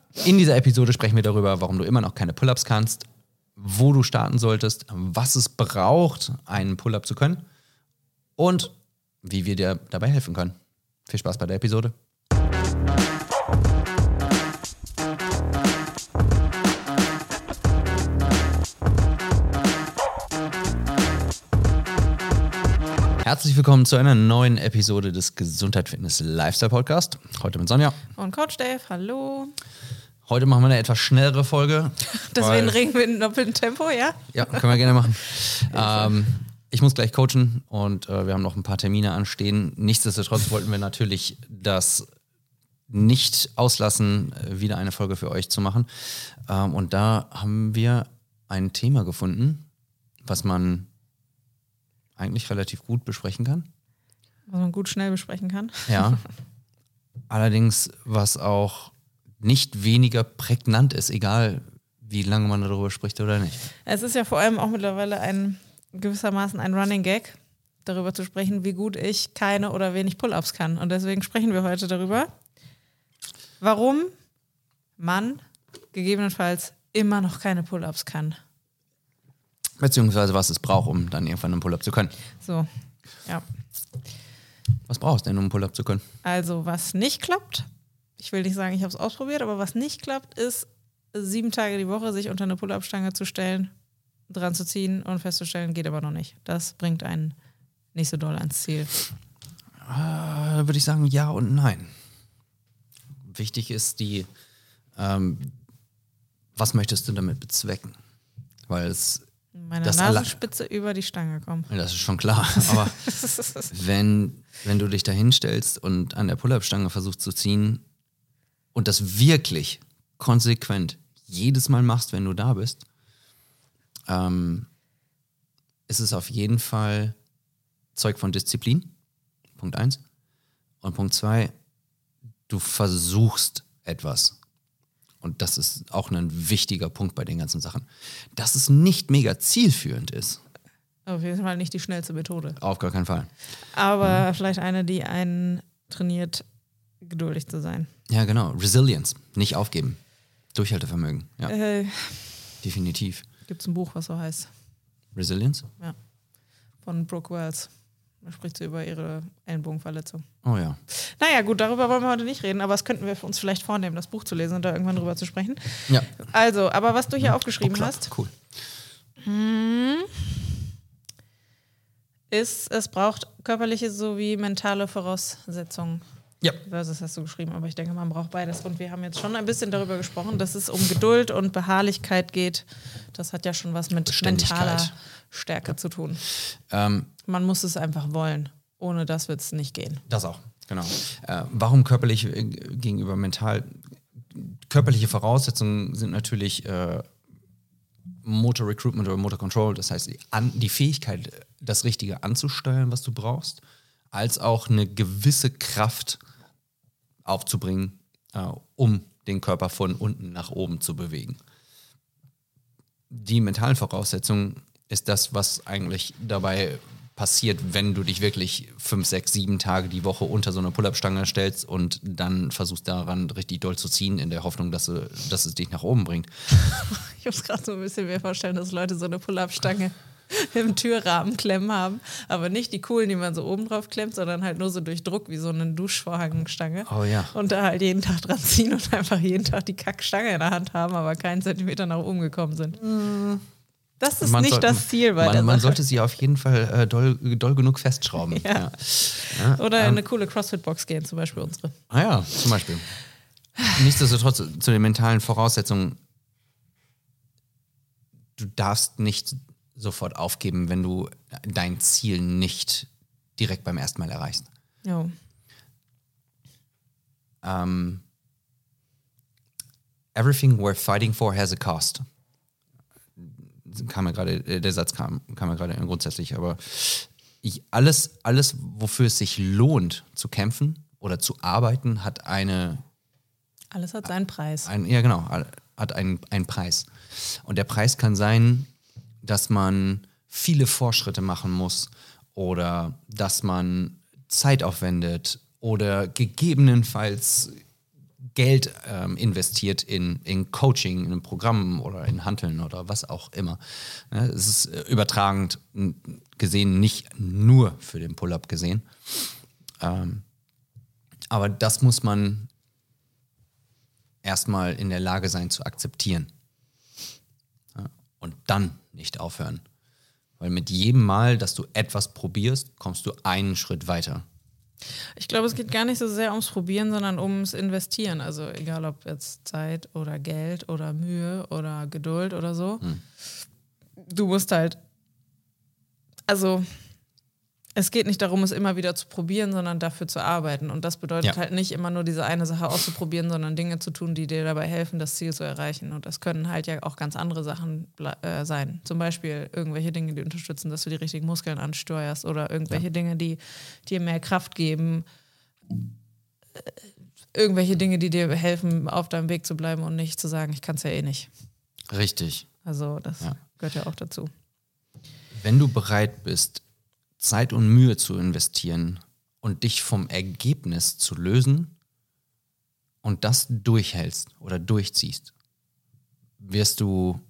In dieser Episode sprechen wir darüber, warum du immer noch keine Pull-ups kannst, wo du starten solltest, was es braucht, einen Pull-up zu können und wie wir dir dabei helfen können. Viel Spaß bei der Episode. Herzlich willkommen zu einer neuen Episode des Gesundheit, Fitness, Lifestyle Podcast. Heute mit Sonja. Und Coach Dave, hallo. Heute machen wir eine etwas schnellere Folge. Deswegen reden wir in doppeltem Tempo, ja? Ja, können wir gerne machen. Ich muss gleich coachen und wir haben noch ein paar Termine anstehen. Nichtsdestotrotz wollten wir natürlich das nicht auslassen, wieder eine Folge für euch zu machen. Und da haben wir ein Thema gefunden, was man eigentlich relativ gut besprechen kann. Was man gut schnell besprechen kann. Ja. Allerdings, was auch nicht weniger prägnant ist, egal wie lange man darüber spricht oder nicht. Es ist ja vor allem auch mittlerweile gewissermaßen ein Running Gag, darüber zu sprechen, wie gut ich keine oder wenig Pull-ups kann. Und deswegen sprechen wir heute darüber, warum man gegebenenfalls immer noch keine Pull-ups kann. Beziehungsweise was es braucht, um dann irgendwann einen Pull-up zu können. So, ja. Was brauchst du denn, um einen Pull-up zu können? Also, was nicht klappt, ich will nicht sagen, ich habe es ausprobiert, aber was nicht klappt, ist 7 Tage die Woche sich unter eine Pull-up-Stange zu stellen, dran zu ziehen und festzustellen, geht aber noch nicht. Das bringt einen nicht so doll ans Ziel. Da würde ich sagen, ja und nein. Wichtig ist was möchtest du damit bezwecken? Weil es meine Nasenspitze über die Stange kommen. Das ist schon klar, aber wenn du dich da hinstellst und an der Pull-up-Stange versuchst zu ziehen und das wirklich konsequent jedes Mal machst, wenn du da bist, ist es auf jeden Fall Zeug von Disziplin, Punkt 1. Und Punkt 2, du versuchst etwas. Und das ist auch ein wichtiger Punkt bei den ganzen Sachen. Dass es nicht mega zielführend ist. Auf jeden Fall nicht die schnellste Methode. Auf gar keinen Fall. Aber vielleicht eine, die einen trainiert, geduldig zu sein. Ja, genau. Resilience. Nicht aufgeben. Durchhaltevermögen. Ja. Definitiv. Gibt es ein Buch, was so heißt? Resilience? Ja. Von Brooke Wells. Da spricht sie über ihre Ellenbogenverletzung. Oh ja. Naja, gut, darüber wollen wir heute nicht reden, aber das könnten wir für uns vielleicht vornehmen, das Buch zu lesen und da irgendwann drüber zu sprechen. Ja. Also, aber was du hier aufgeschrieben hast, cool. ist, es braucht körperliche sowie mentale Voraussetzungen. Ja. Versus hast du geschrieben, aber ich denke, man braucht beides. Und wir haben jetzt schon ein bisschen darüber gesprochen, dass es um Geduld und Beharrlichkeit geht. Das hat ja schon was mit mentaler Stärke zu tun. Man muss es einfach wollen. Ohne das wird es nicht gehen. Das auch, genau. Warum körperlich gegenüber mental? Körperliche Voraussetzungen sind natürlich Motor Recruitment oder Motor Control. Das heißt, die Fähigkeit, das Richtige anzusteuern, was du brauchst, als auch eine gewisse Kraft aufzubringen, um den Körper von unten nach oben zu bewegen. Die mentalen Voraussetzungen ist das, was eigentlich dabei passiert, wenn du dich wirklich 5, 6, 7 Tage die Woche unter so eine Pull-up-Stange stellst und dann versuchst daran richtig doll zu ziehen, in der Hoffnung, dass es dich nach oben bringt. Ich muss gerade so ein bisschen mir vorstellen, dass Leute so eine Pull-up-Stange im Türrahmen klemmen haben, aber nicht die coolen, die man so oben drauf klemmt, sondern halt nur so durch Druck, wie so eine Duschvorhangstange. Oh ja. Und da halt jeden Tag dran ziehen und einfach jeden Tag die Kackstange in der Hand haben, aber keinen Zentimeter nach oben gekommen sind. Das ist nicht das Ziel bei der Sache. Man sollte sie auf jeden Fall doll genug festschrauben. Ja. Ja. Oder in eine coole CrossFit-Box gehen, zum Beispiel unsere. Ah ja, zum Beispiel. Nichtsdestotrotz zu den mentalen Voraussetzungen. Du darfst nicht sofort aufgeben, wenn du dein Ziel nicht direkt beim ersten Mal erreichst. Ja. Everything worth fighting for has a cost. Der Satz kam mir gerade grundsätzlich, aber alles, wofür es sich lohnt zu kämpfen oder zu arbeiten, hat alles hat seinen Preis. Hat einen Preis. Und der Preis kann sein, dass man viele Fortschritte machen muss oder dass man Zeit aufwendet oder gegebenenfalls Geld investiert in Coaching, in Programmen oder in Hanteln oder was auch immer. Ja, es ist übertragend gesehen, nicht nur für den Pull-Up gesehen. Aber das muss man erstmal in der Lage sein zu akzeptieren. Ja, und dann nicht aufhören. Weil mit jedem Mal, dass du etwas probierst, kommst du einen Schritt weiter. Ich glaube, es geht gar nicht so sehr ums Probieren, sondern ums Investieren. Also egal, ob jetzt Zeit oder Geld oder Mühe oder Geduld oder so. Du musst halt, also es geht nicht darum, es immer wieder zu probieren, sondern dafür zu arbeiten. Und das bedeutet halt nicht immer nur diese eine Sache auszuprobieren, sondern Dinge zu tun, die dir dabei helfen, das Ziel zu erreichen. Und das können halt ja auch ganz andere Sachen sein. Zum Beispiel irgendwelche Dinge, die unterstützen, dass du die richtigen Muskeln ansteuerst oder irgendwelche Dinge, die dir mehr Kraft geben. Irgendwelche Dinge, die dir helfen, auf deinem Weg zu bleiben und nicht zu sagen, ich kann es ja eh nicht. Richtig. Also das gehört ja auch dazu. Wenn du bereit bist, Zeit und Mühe zu investieren und dich vom Ergebnis zu lösen und das durchhältst oder durchziehst, wirst du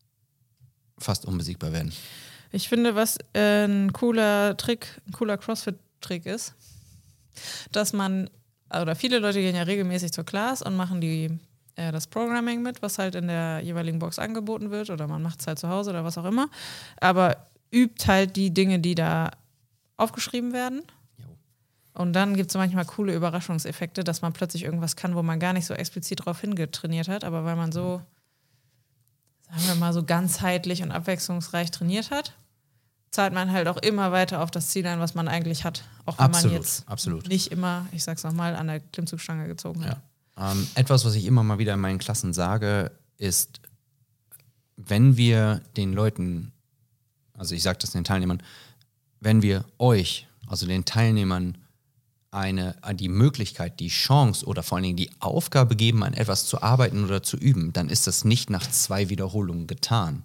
fast unbesiegbar werden. Ich finde, was ein cooler CrossFit-Trick ist, dass man, oder viele Leute gehen ja regelmäßig zur Class und machen das Programming mit, was halt in der jeweiligen Box angeboten wird, oder man macht es halt zu Hause oder was auch immer, aber übt halt die Dinge, die da aufgeschrieben werden. Und dann gibt es manchmal coole Überraschungseffekte, dass man plötzlich irgendwas kann, wo man gar nicht so explizit drauf hingetrainiert hat, aber weil man so, sagen wir mal, so ganzheitlich und abwechslungsreich trainiert hat, zahlt man halt auch immer weiter auf das Ziel ein, was man eigentlich hat. Auch wenn man jetzt nicht immer, ich sag's nochmal, an der Klimmzugstange gezogen hat. Etwas, was ich immer mal wieder in meinen Klassen sage, ist, wenn wir den Leuten, also ich sage das den Teilnehmern, wenn wir euch, also den Teilnehmern, die Möglichkeit, die Chance oder vor allen Dingen die Aufgabe geben, an etwas zu arbeiten oder zu üben, dann ist das nicht nach 2 Wiederholungen getan.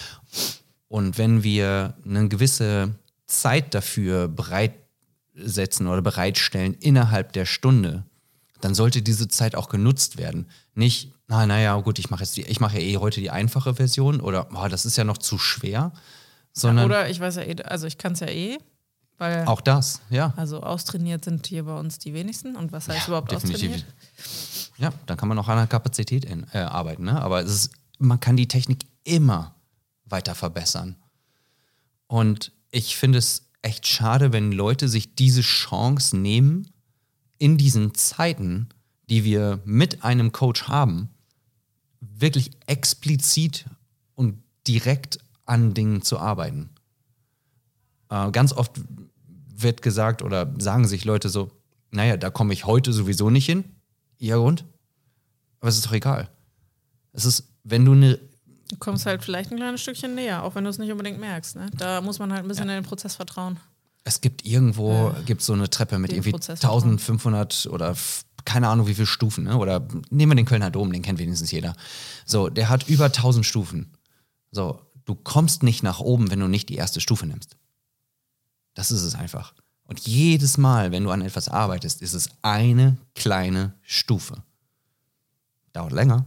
Und wenn wir eine gewisse Zeit dafür bereitsetzen oder bereitstellen innerhalb der Stunde, dann sollte diese Zeit auch genutzt werden. Nicht, naja, gut, ich mache ja eh heute die einfache Version oder das ist ja noch zu schwer. Sondern oder ich weiß ja eh, also ich kann es ja eh, weil auch das, also austrainiert sind hier bei uns die wenigsten. Und was heißt überhaupt definitiv austrainiert? Ja, dann kann man auch an der Kapazität arbeiten, ne? Aber man kann die Technik immer weiter verbessern. Und ich finde es echt schade, wenn Leute sich diese Chance nehmen, in diesen Zeiten, die wir mit einem Coach haben, wirklich explizit und direkt an Dingen zu arbeiten. Ganz oft wird gesagt oder sagen sich Leute so, naja, da komme ich heute sowieso nicht hin. Ja und? Aber es ist doch egal. Es ist, wenn du Du kommst halt vielleicht ein kleines Stückchen näher, auch wenn du es nicht unbedingt merkst. Ne? Da muss man halt ein bisschen in den Prozess vertrauen. Es gibt gibt's so eine Treppe mit irgendwie 1500 oder keine Ahnung wie viele Stufen. Ne? Oder nehmen wir den Kölner Dom, den kennt wenigstens jeder. So, der hat über 1000 Stufen. So, du kommst nicht nach oben, wenn du nicht die erste Stufe nimmst. Das ist es einfach. Und jedes Mal, wenn du an etwas arbeitest, ist es eine kleine Stufe. Dauert länger.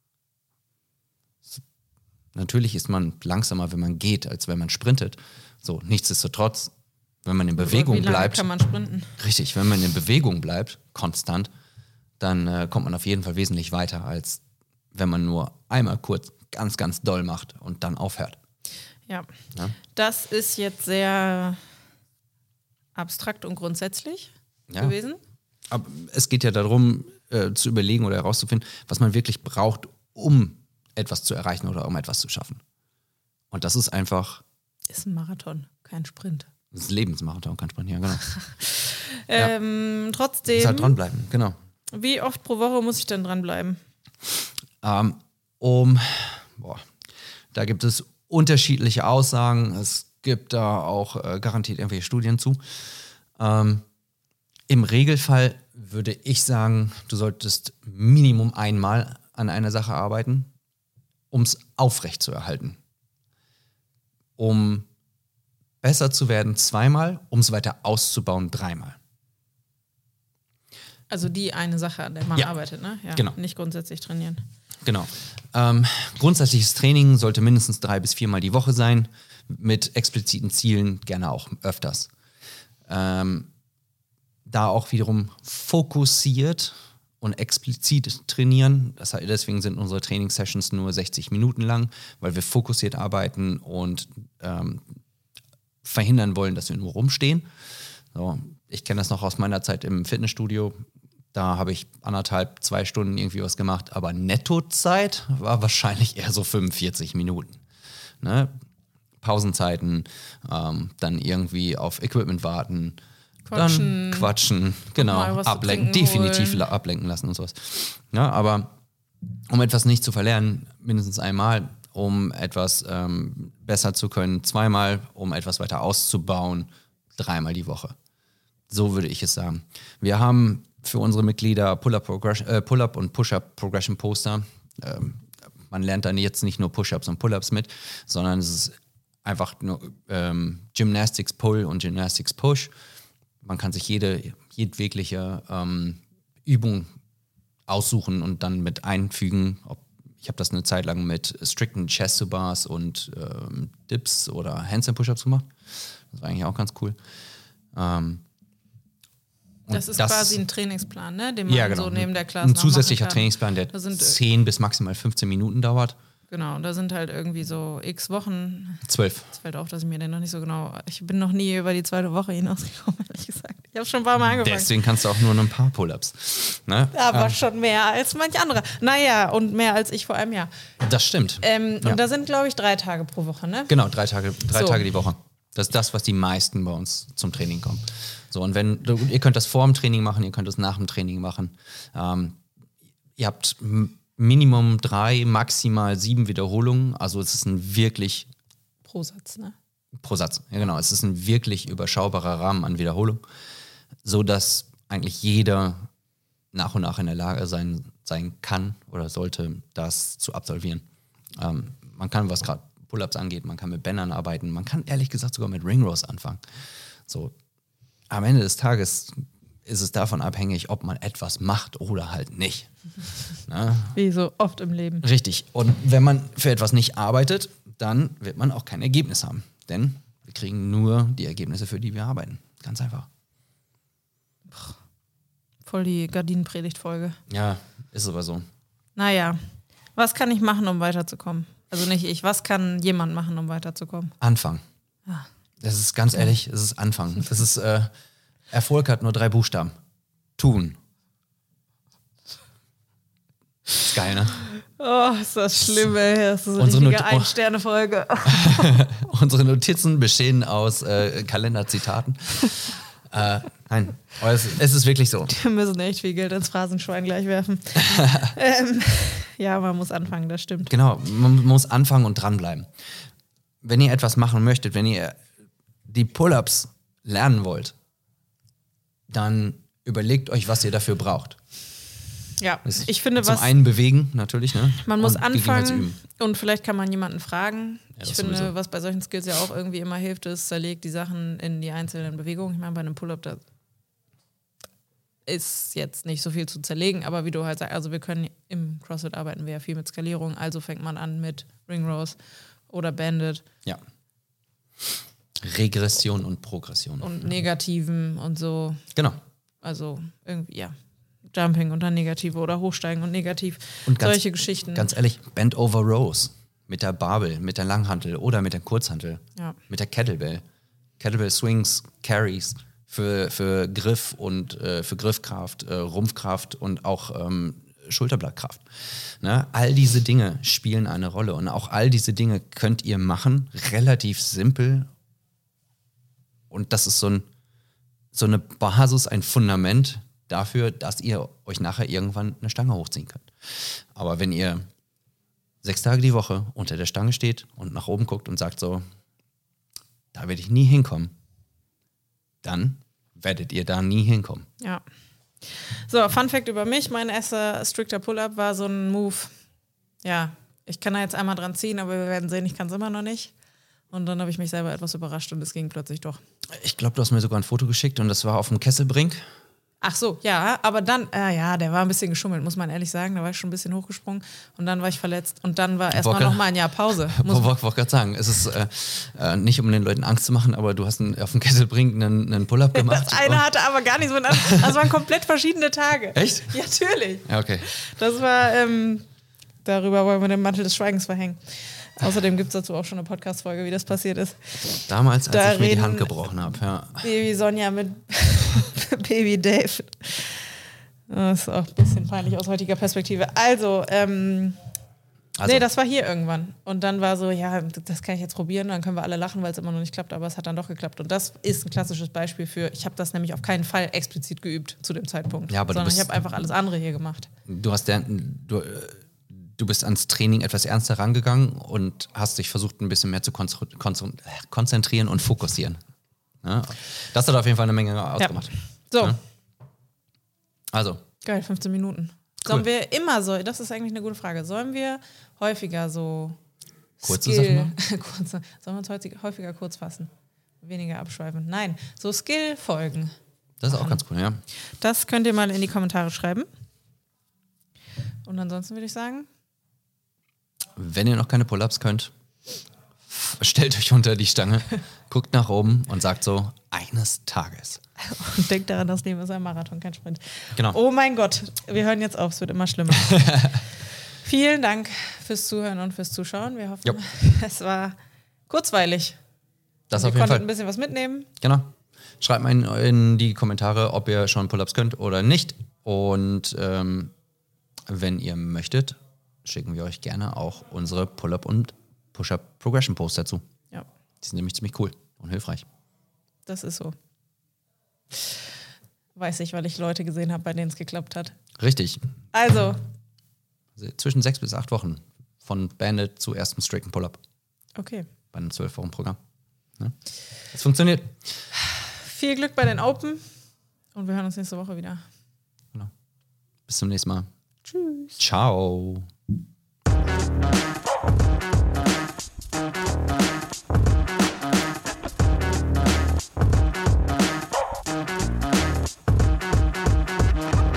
Natürlich ist man langsamer, wenn man geht, als wenn man sprintet. So, nichtsdestotrotz, wenn man in Bewegung bleibt. Kann man sprinten? Richtig, wenn man in Bewegung bleibt, konstant, dann kommt man auf jeden Fall wesentlich weiter, als wenn man nur einmal kurz ganz, ganz doll macht und dann aufhört. Ja. Das ist jetzt sehr abstrakt und grundsätzlich gewesen. Aber es geht ja darum, zu überlegen oder herauszufinden, was man wirklich braucht, um etwas zu erreichen oder um etwas zu schaffen. Und das ist einfach... Ist ein Marathon, kein Sprint. Das ist ein Lebensmarathon, kein Sprint, ja, genau. Trotzdem... Muss halt dranbleiben, genau. Wie oft pro Woche muss ich denn dranbleiben? Da gibt es unterschiedliche Aussagen. Es gibt da auch garantiert irgendwelche Studien zu. Im Regelfall würde ich sagen, du solltest Minimum einmal an einer Sache arbeiten, um es aufrecht zu erhalten. Um besser zu werden 2-mal, um es weiter auszubauen 3-mal. Also die eine Sache, an der man arbeitet, ne? Ja, genau. Nicht grundsätzlich trainieren. Genau. Grundsätzliches Training sollte mindestens 3 bis 4 Mal die Woche sein, mit expliziten Zielen, gerne auch öfters. Da auch wiederum fokussiert und explizit trainieren. Deswegen sind unsere Trainingssessions nur 60 Minuten lang, weil wir fokussiert arbeiten und verhindern wollen, dass wir nur rumstehen. So, ich kenne das noch aus meiner Zeit im Fitnessstudio. Da habe ich 1,5, 2 Stunden irgendwie was gemacht, aber Nettozeit war wahrscheinlich eher so 45 Minuten. Ne? Pausenzeiten, dann irgendwie auf Equipment warten, dann quatschen, genau, ablenken, definitiv ablenken lassen und sowas. Ja, aber um etwas nicht zu verlernen, mindestens einmal, um etwas besser zu können, 2-mal, um etwas weiter auszubauen, 3-mal die Woche. So würde ich es sagen. Wir haben für unsere Mitglieder Pull-Up und Push-Up Progression Poster. Man lernt dann jetzt nicht nur Push-Ups und Pull-Ups mit, sondern es ist einfach nur Gymnastics Pull und Gymnastics Push. Man kann sich jedwegliche Übung aussuchen und dann mit einfügen. Ich habe das eine Zeit lang mit strikten Chest-to-Bars und Dips oder Handstand-Push-Ups gemacht. Das war eigentlich auch ganz cool. Das ist quasi ein Trainingsplan, ne? Den man so neben der Klasse ein zusätzlicher Trainingsplan, der 10 bis maximal 15 Minuten dauert. Genau, da sind halt irgendwie so x Wochen. 12. Das fällt auf, dass ich mir den noch nicht so genau... Ich bin noch nie über die 2. Woche hinausgekommen, ehrlich gesagt. Ich habe schon ein paar Mal angefangen. Deswegen kannst du auch nur ein paar Pull-Ups. Ne? Aber schon mehr als manch andere. Naja, und mehr als ich vor einem Jahr. Das stimmt. Und da sind, glaube ich, 3 Tage pro Woche, ne? Genau, 3 Tage die Woche. Das ist das, was die meisten bei uns zum Training kommen. So, und ihr könnt das vor dem Training machen, ihr könnt es nach dem Training machen. Ihr habt Minimum 3, maximal 7 Wiederholungen. Also es ist ein wirklich... Pro Satz, ne? Pro Satz, ja genau. Es ist ein wirklich überschaubarer Rahmen an Wiederholung, sodass eigentlich jeder nach und nach in der Lage sein kann oder sollte, das zu absolvieren. Man kann, was gerade Pull-Ups angeht, man kann mit Bändern arbeiten, man kann ehrlich gesagt sogar mit Ring Rows anfangen. So, am Ende des Tages ist es davon abhängig, ob man etwas macht oder halt nicht. Na? Wie so oft im Leben. Richtig. Und wenn man für etwas nicht arbeitet, dann wird man auch kein Ergebnis haben. Denn wir kriegen nur die Ergebnisse, für die wir arbeiten. Ganz einfach. Voll die Gardinenpredigt-Folge. Ja, ist aber so. Naja, was kann ich machen, um weiterzukommen? Also nicht ich, was kann jemand machen, um weiterzukommen? Anfangen. Ah. Das ist ganz ehrlich, es ist Anfangen. Das ist, Erfolg hat nur 3 Buchstaben. Tun. Ist geil, ne? Oh, ist das schlimm, ey. Das ist so eine richtige Ein-Sterne-Folge. Unsere Notizen bestehen aus Kalenderzitaten. Nein, aber es ist wirklich so. Wir müssen echt viel Geld ins Phrasenschwein gleich werfen. Ja, man muss anfangen, das stimmt. Genau, man muss anfangen und dranbleiben. Wenn ihr etwas machen möchtet, wenn ihr die Pull-Ups lernen wollt, dann überlegt euch, was ihr dafür braucht. Ja, ich finde, zum einen bewegen, natürlich. Ne? Man muss anfangen und vielleicht kann man jemanden fragen. Ja, ich finde, sowieso. Was bei solchen Skills ja auch irgendwie immer hilft, ist, zerlegt die Sachen in die einzelnen Bewegungen. Ich meine, bei einem Pull-Up, da ist jetzt nicht so viel zu zerlegen, aber wie du halt sagst, also wir können im CrossFit arbeiten wir ja viel mit Skalierung, also fängt man an mit Ring Rows oder Banded. Ja. Regression und Progression. Und Negativen und so. Genau. Also irgendwie, ja. Jumping und dann Negative oder Hochsteigen und Negativ. Und solche Geschichten. Ganz ehrlich, Bend over Rows mit der Barbell, mit der Langhantel oder mit der Kurzhantel, mit der Kettlebell. Kettlebell Swings, Carries für Griff und für Griffkraft, Rumpfkraft und auch Schulterblattkraft. Ne? All diese Dinge spielen eine Rolle und auch all diese Dinge könnt ihr machen, relativ simpel. Und das ist so eine Basis, ein Fundament dafür, dass ihr euch nachher irgendwann eine Stange hochziehen könnt. Aber wenn ihr 6 Tage die Woche unter der Stange steht und nach oben guckt und sagt so, da werde ich nie hinkommen, dann werdet ihr da nie hinkommen. Ja. So, Fun Fact über mich, mein erster strikter Pull-Up war so ein Move, ja, ich kann da jetzt einmal dran ziehen, aber wir werden sehen, ich kann es immer noch nicht. Und dann habe ich mich selber etwas überrascht und es ging plötzlich doch. Ich glaube, du hast mir sogar ein Foto geschickt und das war auf dem Kesselbrink. Ach so, ja, aber dann, ja, der war ein bisschen geschummelt, muss man ehrlich sagen. Da war ich schon ein bisschen hochgesprungen und dann war ich verletzt und dann war erstmal nochmal ein Jahr Pause. Wollte gerade sagen, es ist nicht, um den Leuten Angst zu machen, aber du hast auf dem Kesselbrink einen Pull-Up gemacht. Das eine hatte aber gar nichts mit anderem. Das waren komplett verschiedene Tage. Echt? Ja, natürlich. Ja, okay. Das war, darüber wollen wir den Mantel des Schweigens verhängen. Außerdem gibt es dazu auch schon eine Podcast-Folge, wie das passiert ist. Damals, als ich mir die Hand gebrochen habe, ja. Baby Sonja mit Baby Dave. Das ist auch ein bisschen peinlich aus heutiger Perspektive. Also, nee, das war hier irgendwann. Und dann war so, ja, das kann ich jetzt probieren, dann können wir alle lachen, weil es immer noch nicht klappt, aber es hat dann doch geklappt. Und das ist ein klassisches Beispiel für, ich habe das nämlich auf keinen Fall explizit geübt zu dem Zeitpunkt. Ja, aber sondern ich habe einfach alles andere hier gemacht. Du bist ans Training etwas ernster rangegangen und hast dich versucht, ein bisschen mehr zu konzentrieren und fokussieren. Ja? Das hat auf jeden Fall eine Menge ausgemacht. Ja. So. Ja? Also. Geil, 15 Minuten. Cool. Sollen wir immer so, das ist eigentlich eine gute Frage, sollen wir häufiger so kurze Sachen sollen wir uns häufiger kurz fassen? Weniger abschweifen. Nein, so Skill-Folgen. Das ist auch ganz cool, ja. Das könnt ihr mal in die Kommentare schreiben. Und ansonsten würde ich sagen, wenn ihr noch keine Pull-Ups könnt, stellt euch unter die Stange, guckt nach oben und sagt so, eines Tages. Und denkt daran, das Leben ist ein Marathon, kein Sprint. Genau. Oh mein Gott, wir hören jetzt auf, es wird immer schlimmer. Vielen Dank fürs Zuhören und fürs Zuschauen. Wir hoffen, es war kurzweilig. Das und auf jeden Fall. ein bisschen was mitnehmen. Genau. Schreibt mal in die Kommentare, ob ihr schon Pull-Ups könnt oder nicht. Und wenn ihr möchtet, schicken wir euch gerne auch unsere Pull-Up- und Push-Up-Progression-Posts dazu. Ja. Die sind nämlich ziemlich cool und hilfreich. Das ist so. Weiß ich, weil ich Leute gesehen habe, bei denen es geklappt hat. Richtig. Also. Zwischen 6 bis 8 Wochen von Bandit zu erstem straighten Pull-Up. Okay. Bei einem 12-Wochen-Programm. Ja. Es funktioniert. Viel Glück bei den Open und wir hören uns nächste Woche wieder. Genau. Bis zum nächsten Mal. Tschüss. Ciao.